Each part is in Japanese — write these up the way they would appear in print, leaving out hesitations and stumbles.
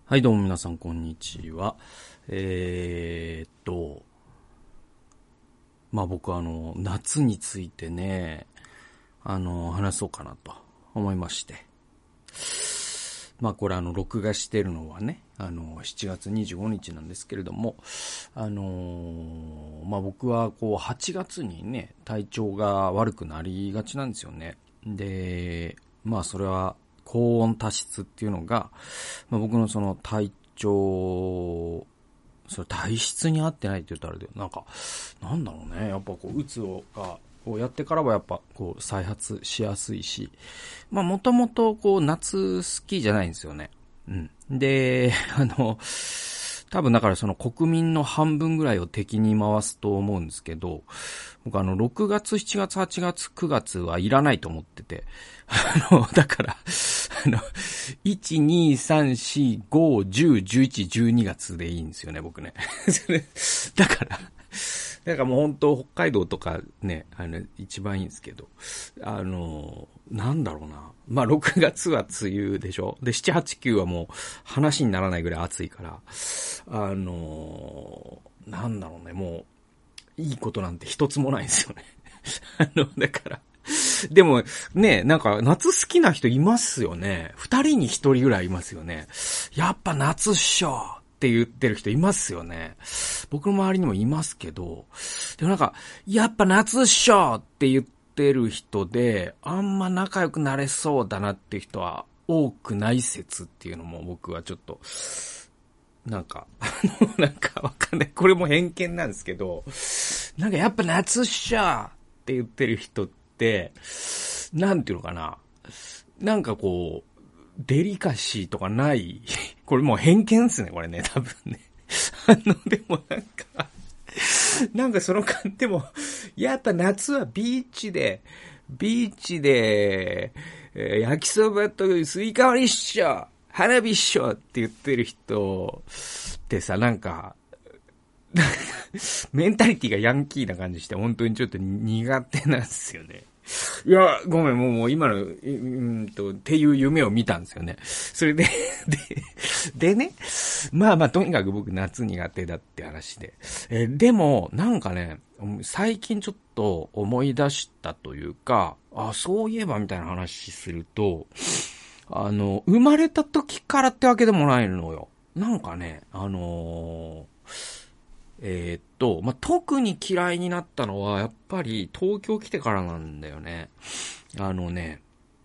はい、どうも皆さん、こんにちは。僕夏についてね、話そうかなと思いまして。これ録画してるのはね、7月25日なんですけれども、僕は8月にね、体調が悪くなりがちなんですよね。で、それは、高温多湿っていうのが、僕のその体調、それ体質に合ってないって言ったらあれだよ。なんだろうね。やっぱうつが、やってからはやっぱ再発しやすいし、もともと夏好きじゃないんですよね。うん。で、多分だからその国民の半分ぐらいを敵に回すと思うんですけど、僕6月、7月、8月、9月はいらないと思ってて、だから、1、2、3、4、5、10、11、12月でいいんですよね、僕ね。だからもう本当北海道とかね、一番いいんですけど、なんだろうな。6月は梅雨でしょ。で、7、8、9はもう話にならないぐらい暑いから、なんだろうね、もう、いいことなんて一つもないんですよね。だから、でも、ね、夏好きな人いますよね。二人に一人ぐらいいますよね。やっぱ夏っしょって言ってる人いますよね。僕の周りにもいますけど、でもやっぱ夏っしょって言ってる人で、あんま仲良くなれそうだなっていう人は多くない説っていうのも僕はちょっと、わかんない。これも偏見なんですけど、やっぱ夏っしょって言ってる人って、なんていうのかな。デリカシーとかない。これもう偏見ですね、これね、多分ね。でもその間、でも、やっぱ夏はビーチで、焼きそばとスイカ割りっしょ花火っしょって言ってる人ってさ、メンタリティがヤンキーな感じして、本当にちょっと苦手なんですよね。いや、ごめん、もう今の、っていう夢を見たんですよね。それで、でね、とにかく僕夏苦手だって話で。でも、最近ちょっと思い出したというか、そういえばみたいな話すると、生まれた時からってわけでもないのよ。特に嫌いになったのは、やっぱり東京来てからなんだよね。あのね、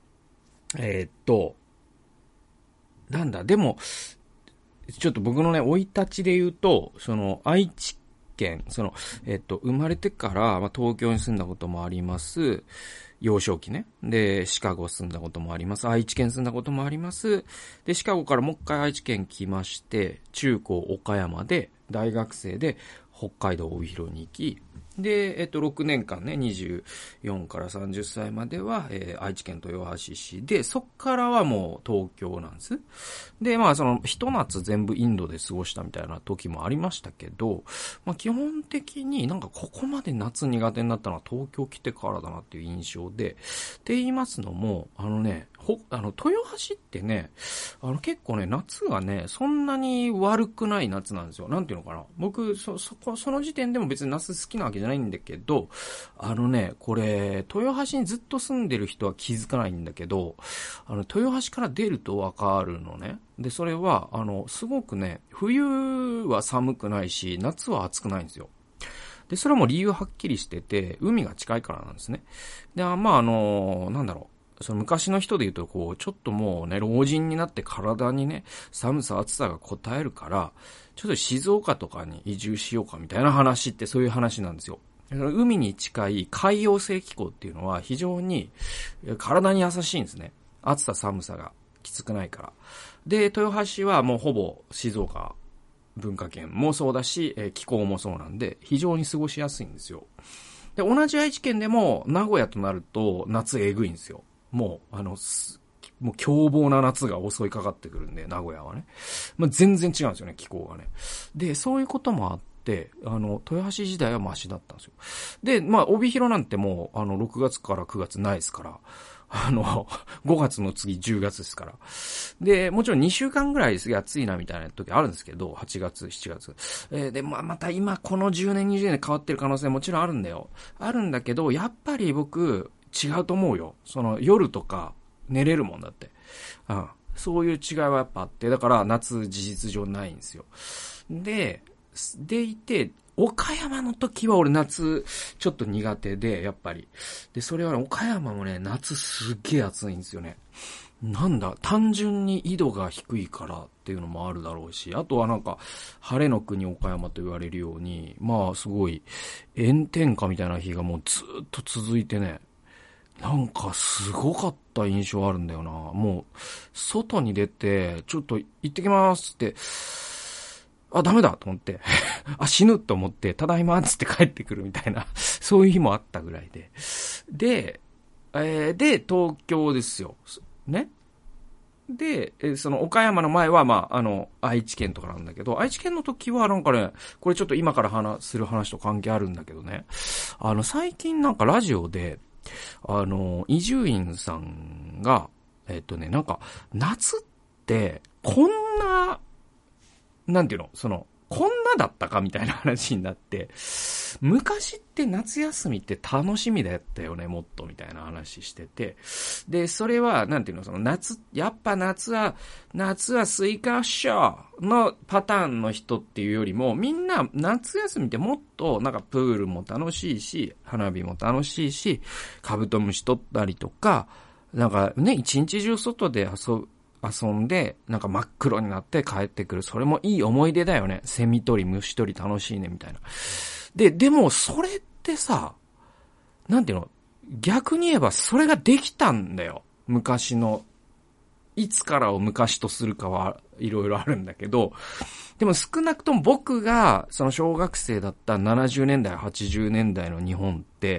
でも、ちょっと僕のね、生い立ちで言うと、愛知県、生まれてから、東京に住んだこともあります。幼少期ね。で、シカゴ住んだこともあります。愛知県住んだこともあります。で、シカゴからもう一回愛知県来まして、中高岡山で、大学生で北海道帯広に行き、で、6年間ね、24から30歳までは、愛知県豊橋市で、そっからはもう東京なんです。で、一夏全部インドで過ごしたみたいな時もありましたけど、基本的にここまで夏苦手になったのは東京来てからだなっていう印象で、って言いますのも、豊橋ってね、結構ね、夏がね、そんなに悪くない夏なんですよ。なんていうのかな。僕、その時点でも別に夏好きなわけじゃないんだけど、これ、豊橋にずっと住んでる人は気づかないんだけど、豊橋から出るとわかるのね。で、それは、すごくね、冬は寒くないし、夏は暑くないんですよ。で、それも理由はっきりしてて、海が近いからなんですね。で、その昔の人で言うと、ちょっともうね、老人になって体にね、寒さ、暑さが応えるから、ちょっと静岡とかに移住しようかみたいな話ってそういう話なんですよ。海に近い海洋性気候っていうのは非常に体に優しいんですね。暑さ、寒さがきつくないから。で、豊橋はもうほぼ静岡文化圏もそうだし、気候もそうなんで、非常に過ごしやすいんですよ。で、同じ愛知県でも名古屋となると夏えぐいんですよ。もう凶暴な夏が襲いかかってくるんで、名古屋はね。全然違うんですよね、気候がね。で、そういうこともあって、豊橋時代はマシだったんですよ。で、帯広なんてもう、6月から9月ないですから、 5月の次10月ですから。で、もちろん2週間ぐらいすげえ暑いなみたいな時あるんですけど、8月、7月。で、また今この10年、20年で変わってる可能性もちろんあるんだよ。あるんだけど、やっぱり僕、違うと思うよ。夜とか寝れるもんだって。そういう違いはやっぱあって、だから夏事実上ないんですよ。でいて、岡山の時は俺夏ちょっと苦手で、やっぱり。で、それはね、岡山もね、夏すっげえ暑いんですよね。なんだ、単純に緯度が低いからっていうのもあるだろうし、あとはなんか、晴れの国岡山と言われるように、まあすごい、炎天下みたいな日がもうずっと続いてね、なんかすごかった印象あるんだよな。もう、外に出て、ちょっと行ってきますって、ダメだと思って、死ぬと思って、ただいまっつって帰ってくるみたいな、そういう日もあったぐらいで。で、東京ですよ。ね。で、岡山の前は、愛知県とかなんだけど、愛知県の時はなんかね、これちょっと今からする話と関係あるんだけどね、最近なんかラジオで、伊集院さんが、なんか、夏って、こんな、なんていうのこんなだったかみたいな話になって、昔って夏休みって楽しみだったよね、もっとみたいな話してて。で、それは、なんていうのやっぱ夏はスイカっしょのパターンの人っていうよりも、みんな夏休みってもっと、なんかプールも楽しいし、花火も楽しいし、カブトムシ取ったりとか、なんかね、一日中外で遊んで、なんか真っ黒になって帰ってくる。それもいい思い出だよね。セミ取り、虫取り楽しいね、みたいな。でも、それってさ、なんていうの、逆に言えばそれができたんだよ。昔の。いつからを昔とするかはいろいろあるんだけど、でも少なくとも僕が、小学生だった70年代、80年代の日本って、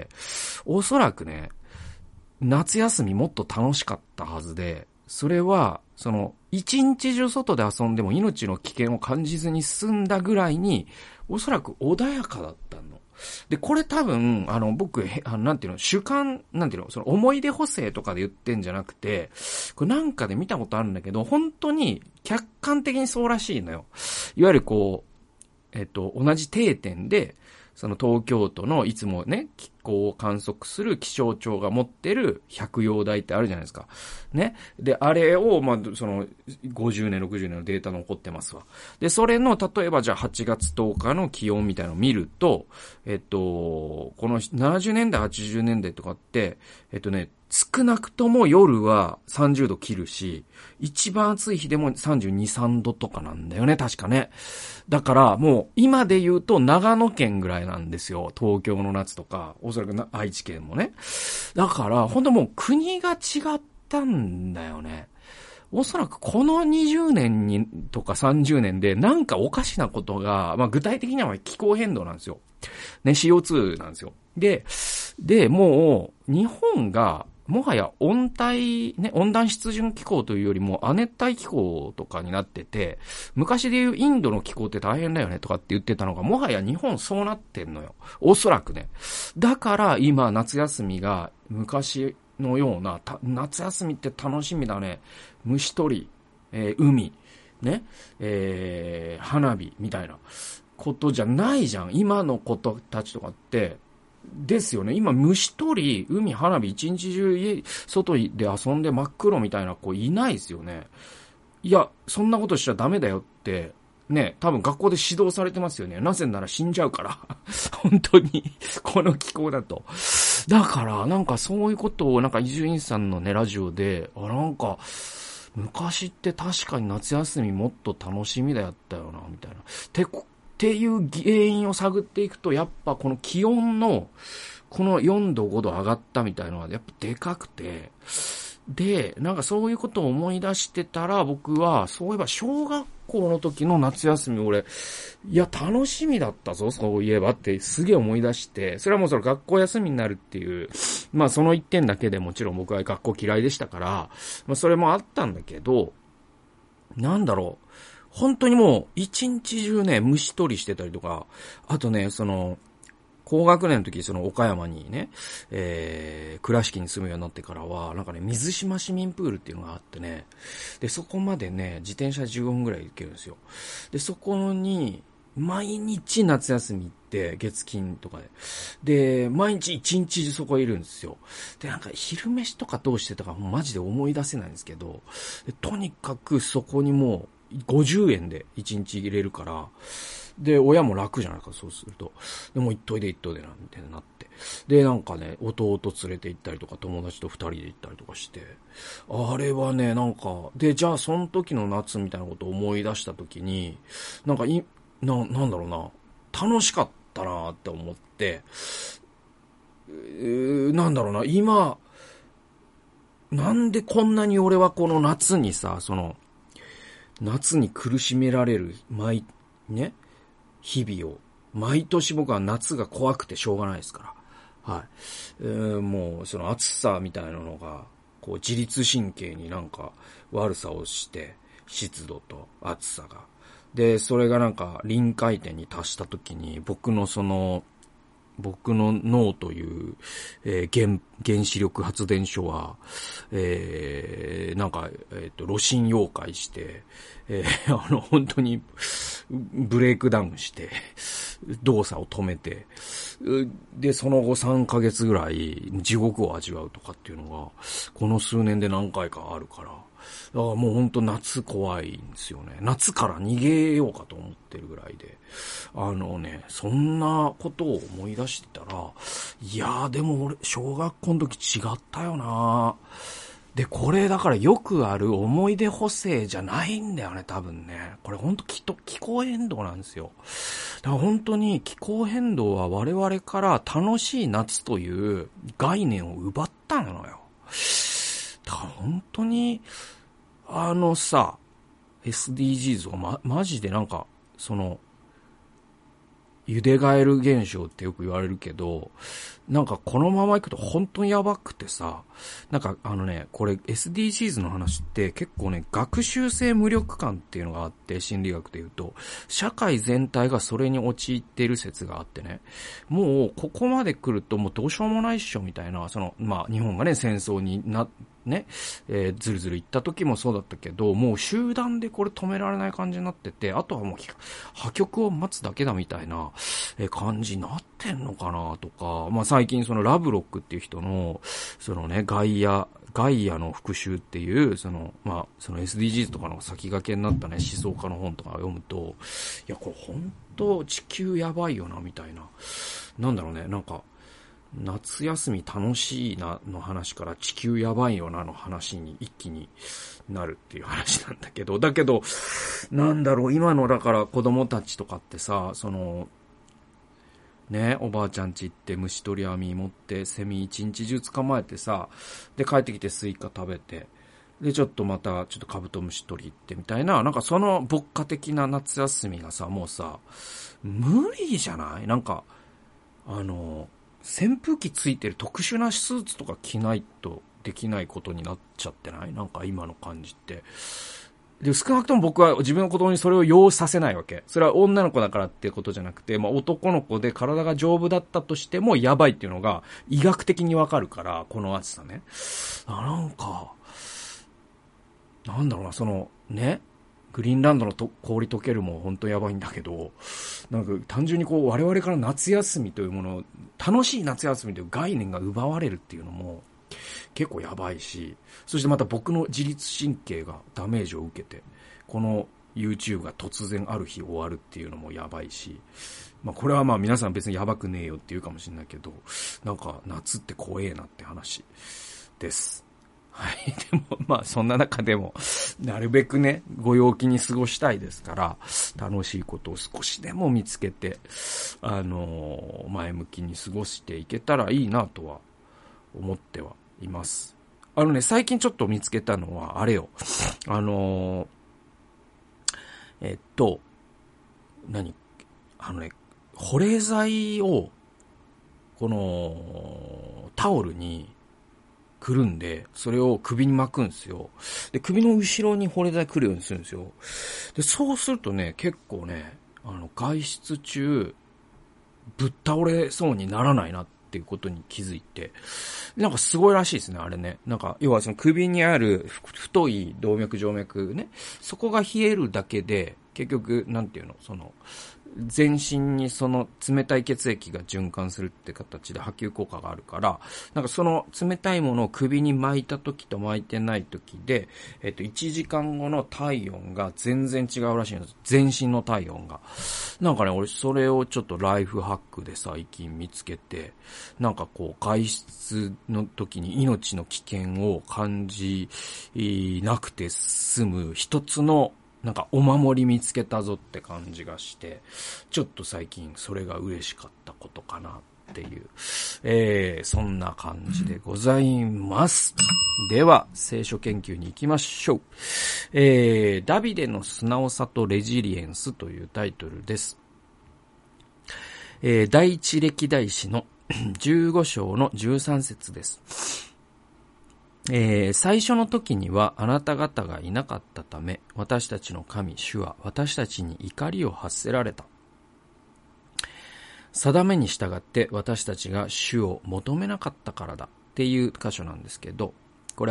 おそらくね、夏休みもっと楽しかったはずで、それは、一日中外で遊んでも命の危険を感じずに済んだぐらいに、おそらく穏やかだったの。で、これ多分、僕、なんていうの、主観、なんていうの、思い出補正とかで言ってんじゃなくて、これなんかで見たことあるんだけど、本当に客観的にそうらしいのよ。いわゆるこう、同じ定点で、東京都のいつもね、気候を観測する気象庁が持ってる百葉台ってあるじゃないですか。ね。で、あれを、50年、60年のデータ残ってますわ。で、それの、例えばじゃあ8月10日の気温みたいなのを見ると、この70年代、80年代とかって、少なくとも夜は30度切るし、一番暑い日でも32、3度とかなんだよね、確かね。だからもう今で言うと長野県ぐらいなんですよ。東京の夏とか、おそらく愛知県もね。だから本当もう国が違ったんだよね。おそらくこの20年にとか30年でなんかおかしなことが、具体的には気候変動なんですよ。ね、CO2 なんですよ。で、もう日本がもはや温暖湿潤気候というよりも亜熱帯気候とかになってて、昔でいうインドの気候って大変だよねとかって言ってたのが、もはや日本そうなってんのよ。おそらくね。だから今夏休みが昔のような、夏休みって楽しみだね。虫取り、海、ね、花火みたいなことじゃないじゃん。今の子たちとかって、ですよね。今、虫取り、海、花火、一日中外で遊んで真っ黒みたいな子いないですよね。いや、そんなことしちゃダメだよって、ね、多分学校で指導されてますよね。なぜなら死んじゃうから。本当に、この気候だと。だから、なんかそういうことを、なんか伊集院さんのね、ラジオで、なんか、昔って確かに夏休みもっと楽しみだったよな、みたいな。っていう原因を探っていくと、やっぱこの気温の、この4度5度上がったみたいなのはやっぱでかくて、で、なんかそういうことを思い出してたら、僕は、そういえば小学校の時の夏休み俺、いや楽しみだったぞ、そういえばってすげえ思い出して、それはもう学校休みになるっていう、その一点だけでもちろん僕は学校嫌いでしたから、それもあったんだけど、なんだろう、本当にもう一日中ね、虫取りしてたりとか、あとね、 高学年の時、その岡山にね、倉敷に住むようになってからは、なんかね、水島市民プールっていうのがあってね、で、そこまでね、自転車15分ぐらい行けるんですよ。で、そこに、毎日夏休み行って、月金とかで。で、毎日一日中そこいるんですよ。で、なんか昼飯とかどうしてたかもうマジで思い出せないんですけど、とにかくそこにもう50円で一日入れるから、で、親も楽じゃないか、そうすると。で、もう行っといで、みたいになって。で、なんかね、弟連れて行ったりとか、友達と二人で行ったりとかして。あれはね、なんか、で、じゃあ、その時の夏みたいなことを思い出した時に、なんかなんだろうな、楽しかったなって思って、なんだろうな、今、なんでこんなに俺はこの夏にさ、夏に苦しめられる、ね、日々を、毎年僕は夏が怖くてしょうがないですから。はい。もう、その暑さみたいなのが、こう、自律神経になんか悪さをして、湿度と暑さが。で、それがなんか臨界点に達した時に、僕の脳という、原子力発電所は、なんか、炉心溶解して、本当に、ブレイクダウンして、動作を止めて、で、その後3ヶ月ぐらい、地獄を味わうとかっていうのが、この数年で何回かあるから、だからもうほんと夏怖いんですよね。夏から逃げようかと思ってるぐらいで。そんなことを思い出してたら、いやーでも俺、小学校の時違ったよなで、これだからよくある思い出補正じゃないんだよね、多分ね。これほんと気候変動なんですよ。だから本当に気候変動は我々から楽しい夏という概念を奪ったのよ。だから本当に、SDGs がマジでなんか、茹でガエル現象ってよく言われるけど、なんかこのまま行くと本当にやばくてさ、なんかこれ SDGs の話って結構ね、学習性無力感っていうのがあって、心理学で言うと、社会全体がそれに陥っている説があってね、もうここまで来るともうどうしようもないっしょみたいな、日本がね、戦争にずるずる行った時もそうだったけど、もう集団でこれ止められない感じになってて、あとはもう破局を待つだけだみたいな感じになってんのかなとか、最近ラブロックっていう人の、ガイアの復讐っていう、SDGs とかの先駆けになったね、思想家の本とかを読むと、いや、これ本当地球やばいよな、みたいな。なんだろうね、なんか、夏休み楽しいなの話から地球やばいよなの話に一気になるっていう話なんだけど、なんだろう、今のだから子供たちとかってさ、おばあちゃん家行って虫取り網持ってセミ一日中捕まえてさ、で帰ってきてスイカ食べて、でちょっとカブトムシ取り行ってみたいな、なんかその牧歌的な夏休みがさ、もうさ、無理じゃない？なんか、扇風機ついてる特殊なスーツとか着ないとできないことになっちゃってない？なんか今の感じって。で、少なくとも僕は自分の子供にそれを要させないわけ。それは女の子だからっていうことじゃなくて、男の子で体が丈夫だったとしてもやばいっていうのが医学的にわかるから、この暑さね。なんか、なんだろうな、グリーンランドの氷溶けるも本当やばいんだけど、なんか単純に我々から夏休みというものを、楽しい夏休みという概念が奪われるっていうのも結構やばいし、そしてまた僕の自律神経がダメージを受けて、この YouTube が突然ある日終わるっていうのもやばいし、これは皆さん別にやばくねえよって言うかもしれないけど、なんか夏って怖えなって話です。はい。でも、そんな中でも、なるべくね、ご陽気に過ごしたいですから、楽しいことを少しでも見つけて、前向きに過ごしていけたらいいなとは思ってはいます。最近ちょっと見つけたのは、あれよ。保冷剤を、タオルに、くるんで、それを首に巻くんですよ。で、首の後ろに保冷剤くるようにするんですよ。で、そうするとね、結構ね、外出中、 ぶっ倒れそうにならないなっていうことに気づいて、なんかすごいらしいですね、あれね。なんか、要はその首にある太い動脈静脈ね、そこが冷えるだけで、結局、なんていうの、全身にその冷たい血液が循環するって形で波及効果があるから、なんかその冷たいものを首に巻いた時と巻いてない時で、1時間後の体温が全然違うらしいんです。全身の体温が。なんかね、俺それをちょっとライフハックで最近見つけて、なんかこう外出の時に命の危険を感じなくて済む一つのなんかお守り見つけたぞって感じがして、ちょっと最近それが嬉しかったことかなっていう、そんな感じでございます。では、聖書研究に行きましょう。ダビデの素直さとレジリエンスというタイトルです。第一歴代史の15章の13節です。最初の時にはあなた方がいなかったため、私たちの神主は私たちに怒りを発せられた。定めに従って私たちが主を求めなかったからだっていう箇所なんですけど、これ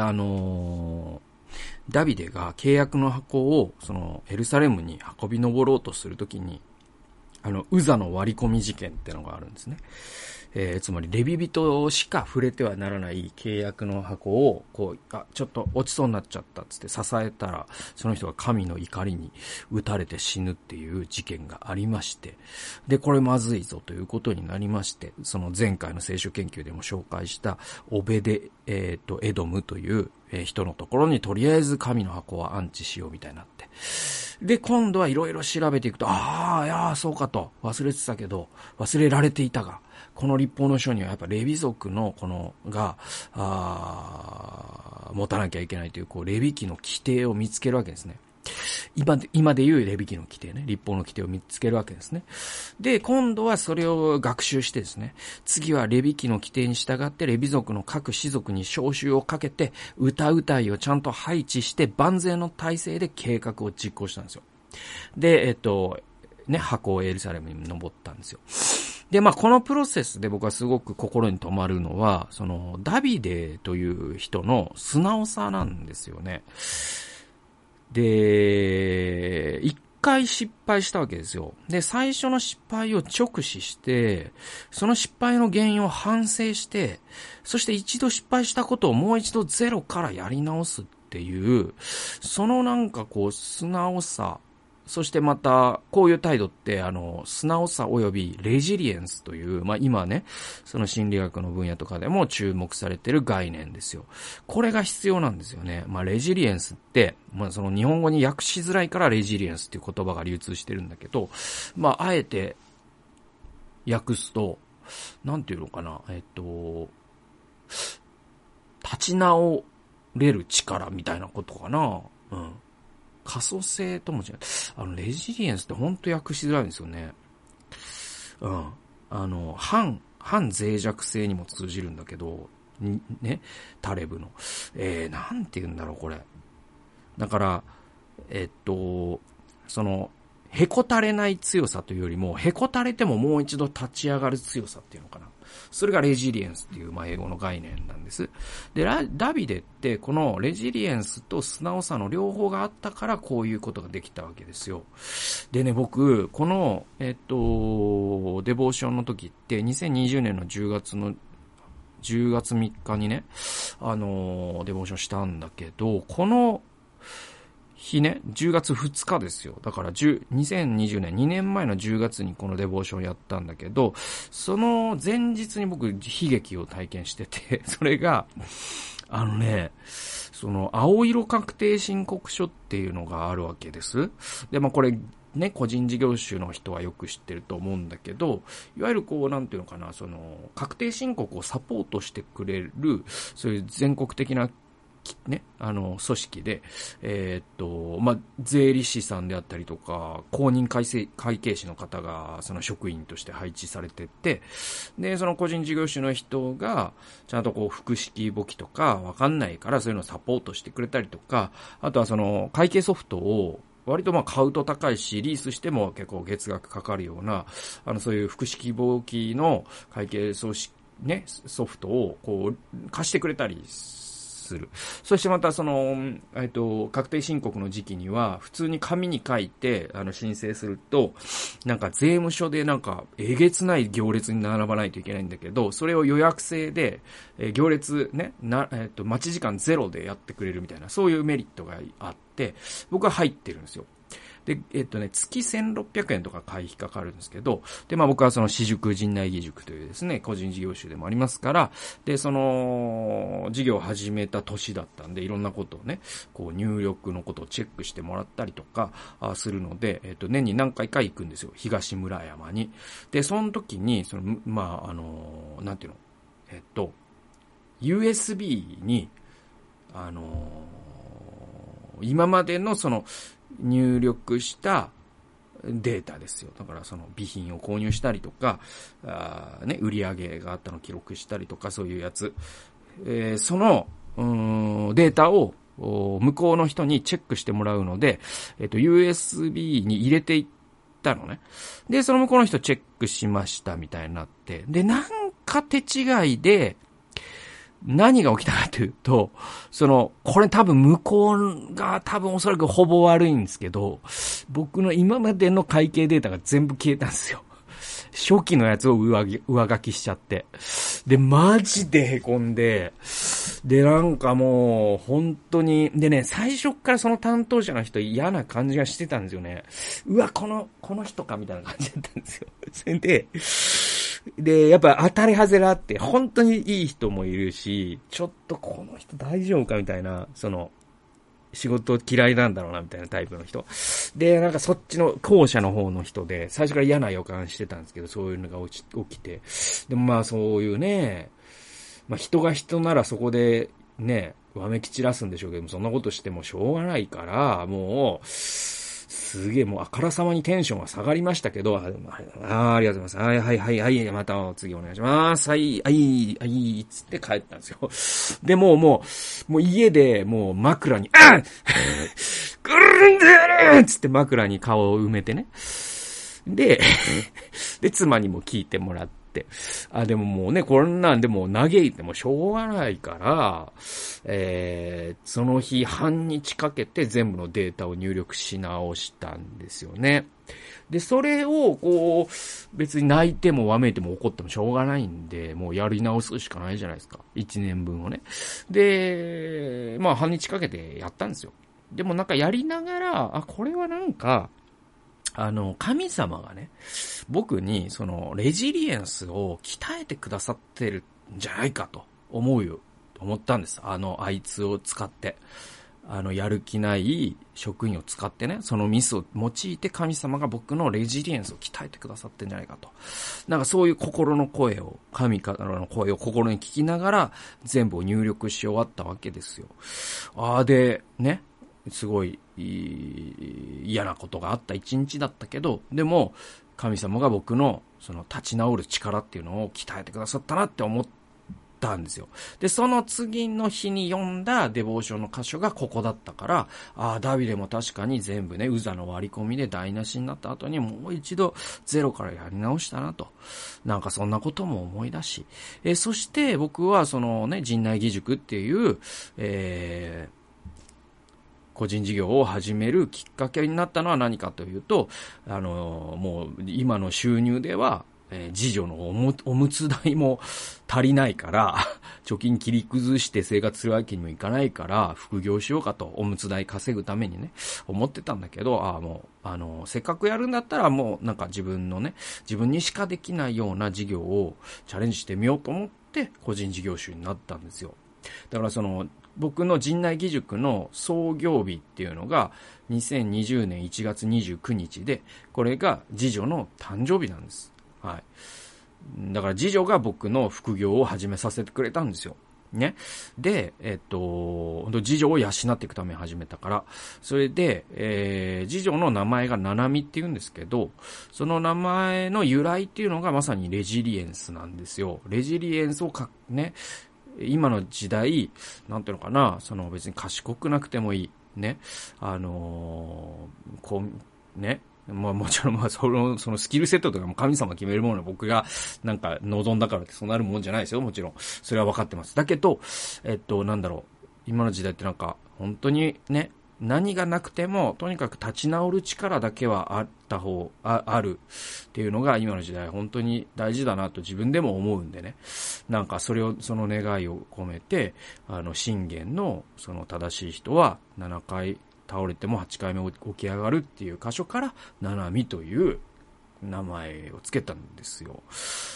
ダビデが契約の箱をエルサレムに運び上ろうとするときに、ウザの割り込み事件ってのがあるんですね。つまりレビ人しか触れてはならない契約の箱をちょっと落ちそうになっちゃったっつって支えたら、その人が神の怒りに打たれて死ぬっていう事件がありまして、でこれまずいぞということになりまして、その前回の聖書研究でも紹介したオベデエドムという人のところにとりあえず神の箱は安置しようみたいになって、で今度はいろいろ調べていくと、そうかと、忘れてたけど忘れられていたが、この立法の書にはやっぱレビ族のが持たなきゃいけないというレビ記の規定を見つけるわけですね。今で言うレビ記の規定ね、立法の規定を見つけるわけですね。で、今度はそれを学習してですね、次はレビ記の規定に従ってレビ族の各氏族に召集をかけて、歌うたいをちゃんと配置して万全の体制で計画を実行したんですよ。で、箱をエルサレムに登ったんですよ。で、このプロセスで僕はすごく心に留まるのは、ダビデという人の素直さなんですよね。で、一回失敗したわけですよ。で、最初の失敗を直視して、その失敗の原因を反省して、そして一度失敗したことをもう一度ゼロからやり直すっていう、その素直さ、そしてまた、こういう態度って、素直さ及びレジリエンスという、今ね、その心理学の分野とかでも注目されている概念ですよ。これが必要なんですよね。レジリエンスって、その日本語に訳しづらいからレジリエンスっていう言葉が流通してるんだけど、あえて訳すと、なんていうのかな、立ち直れる力みたいなことかな。うん。可塑性とも違う。レジリエンスって本当訳しづらいんですよね。うん。反脆弱性にも通じるんだけど、ね、タレブの。なんて言うんだろう、これ。だから、へこたれない強さというよりも、へこたれてももう一度立ち上がる強さっていうのかな。それがレジリエンスっていう、英語の概念なんです。で、ダビデってこのレジリエンスと素直さの両方があったからこういうことができたわけですよ。でね、僕、この、デボーションの時って2020年の10月3日にね、デボーションしたんだけど、この日ね、10月2日ですよ。だから2020年、2年前の10月にこのデボーションやったんだけど、その前日に僕、悲劇を体験してて、それが、青色確定申告書っていうのがあるわけです。で、これ、ね、個人事業主の人はよく知ってると思うんだけど、いわゆるなんていうのかな、確定申告をサポートしてくれる、そういう全国的なね、組織で、税理士さんであったりとか、公認会計士の方が、その職員として配置されてって、で、その個人事業主の人が、ちゃんと複式簿記とかわかんないから、そういうのをサポートしてくれたりとか、あとは会計ソフトを、 割と買うと高いし、リースしても結構月額かかるような、そういう複式簿記の会計ソフトを貸してくれたりする。そしてまた確定申告の時期には、普通に紙に書いて、申請すると、税務署でえげつない行列に並ばないといけないんだけど、それを予約制で、行列ね、待ち時間ゼロでやってくれるみたいな、そういうメリットがあって、僕は入ってるんですよ。で、月1600円とか会費かかるんですけど、で、僕は私塾陣内義塾というですね、個人事業主でもありますから、で、事業を始めた年だったんで、いろんなことをね、入力のことをチェックしてもらったりとか、するので、年に何回か行くんですよ。東村山に。で、その時に、なんていうの、USB に、今までの入力したデータですよ。だから備品を購入したりとか、売り上げがあったのを記録したりとか、そういうやつ。その、データを向こうの人にチェックしてもらうので、USB に入れていったのね。で、その向こうの人チェックしましたみたいになって。で、手違いで、何が起きたかというと、これ多分向こうがおそらくほぼ悪いんですけど、僕の今までの会計データが全部消えたんですよ。初期のやつを上書きしちゃって。で、マジで凹んで、で、もう、本当に、でね、最初からその担当者の人嫌な感じがしてたんですよね。うわ、この人かみたいな感じだったんですよ。それで、やっぱ当たり外れあって、本当にいい人もいるし、ちょっとこの人大丈夫かみたいな、仕事嫌いなんだろうなみたいなタイプの人。で、そっちの後者の方の人で、最初から嫌な予感してたんですけど、そういうのが起きて。でもそういうね、人が人ならそこでね、わめき散らすんでしょうけども、そんなことしてもしょうがないから、もう、すげえもうあからさまにテンションは下がりましたけど、ありがとうございます。はい、また次お願いします。はい、つって帰ったんですよ。で、もう家でもう枕に、くるんでやるつって枕に顔を埋めてね。で、妻にも聞いてもらって、でももうね、こんなんでも嘆いてもしょうがないから、その日半日かけて全部のデータを入力し直したんですよね。で、それを別に泣いてもわめいても怒ってもしょうがないんで、もうやり直すしかないじゃないですか。1年分をね。で、半日かけてやったんですよ。でもやりながら、これは神様がね、僕にレジリエンスを鍛えてくださってるんじゃないかと思ったんです。あいつを使って。やる気ない職員を使ってね、そのミスを用いて神様が僕のレジリエンスを鍛えてくださってんじゃないかと。そういう心の声を、神からの声を心に聞きながら全部を入力し終わったわけですよ。で、ね、すごい嫌なことがあった一日だったけど、でも神様が僕の立ち直る力っていうのを鍛えてくださったなって思ったんですよ。で、その次の日に読んだデボーションの箇所がここだったから、ダビデも確かに全部ね、ウザの割り込みで台無しになった後にもう一度ゼロからやり直したなと。そんなことも思い出し、そして僕は陣内義塾っていう、個人事業を始めるきっかけになったのは何かというと、もう今の収入では、次女のおむつ代も足りないから、貯金切り崩して生活するわけにもいかないから、副業しようかと、おむつ代稼ぐためにね、思ってたんだけど、もう、せっかくやるんだったらもう自分にしかできないような事業をチャレンジしてみようと思って、個人事業主になったんですよ。だから僕の陣内義塾の創業日っていうのが2020年1月29日で、これが次女の誕生日なんです。はい。だから次女が僕の副業を始めさせてくれたんですよ。ね。で、次女を養っていくために始めたから、それで、次女の名前がななみって言うんですけど、その名前の由来っていうのがまさにレジリエンスなんですよ。レジリエンスを今の時代、なんていうのかな、別に賢くなくてもいい。 ね、ね、まあもちろんそのスキルセットとかも神様決めるものを僕がなんか望んだからってそうなるもんじゃないですよ、もちろん。それは分かってます。だけど、なんだろう、今の時代ってなんか、本当にね、何がなくても、とにかく立ち直る力だけはあるっていうのが今の時代本当に大事だなと自分でも思うんでね。なんかその願いを込めて、信玄のその正しい人は7回倒れても8回目起き上がるっていう箇所から七海という名前をつけたんですよ。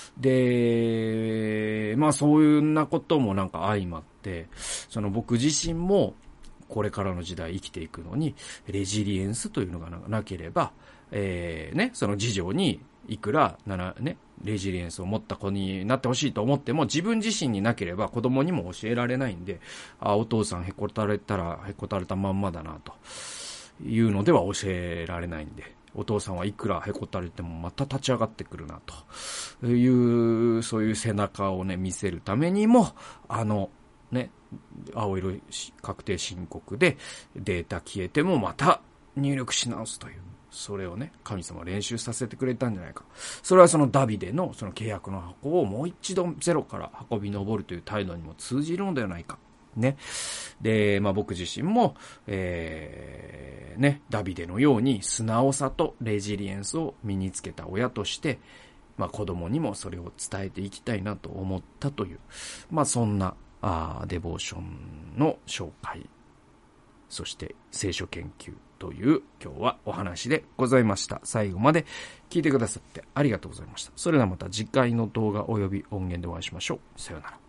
で、まあそういうなこともなんか相まって、その僕自身もこれからの時代生きていくのに、レジリエンスというのがなければ、その次女にいくらレジリエンスを持った子になってほしいと思っても、自分自身になければ子供にも教えられないんで、お父さんへこたれたまんまだな、というのでは教えられないんで、お父さんはいくらへこたれてもまた立ち上がってくるな、という、そういう背中をね、見せるためにも、青色確定申告でデータ消えてもまた入力し直すという、それをね、神様練習させてくれたんじゃないか。それはそのダビデのその契約の箱をもう一度ゼロから運び上るという態度にも通じるのではないか。ね。で、まあ僕自身も、ダビデのように素直さとレジリエンスを身につけた親として、まあ子供にもそれを伝えていきたいなと思ったという、まあそんなデボーションの紹介、そして聖書研究という今日はお話でございました。最後まで聞いてくださってありがとうございました。それではまた次回の動画及び音源でお会いしましょう。さようなら。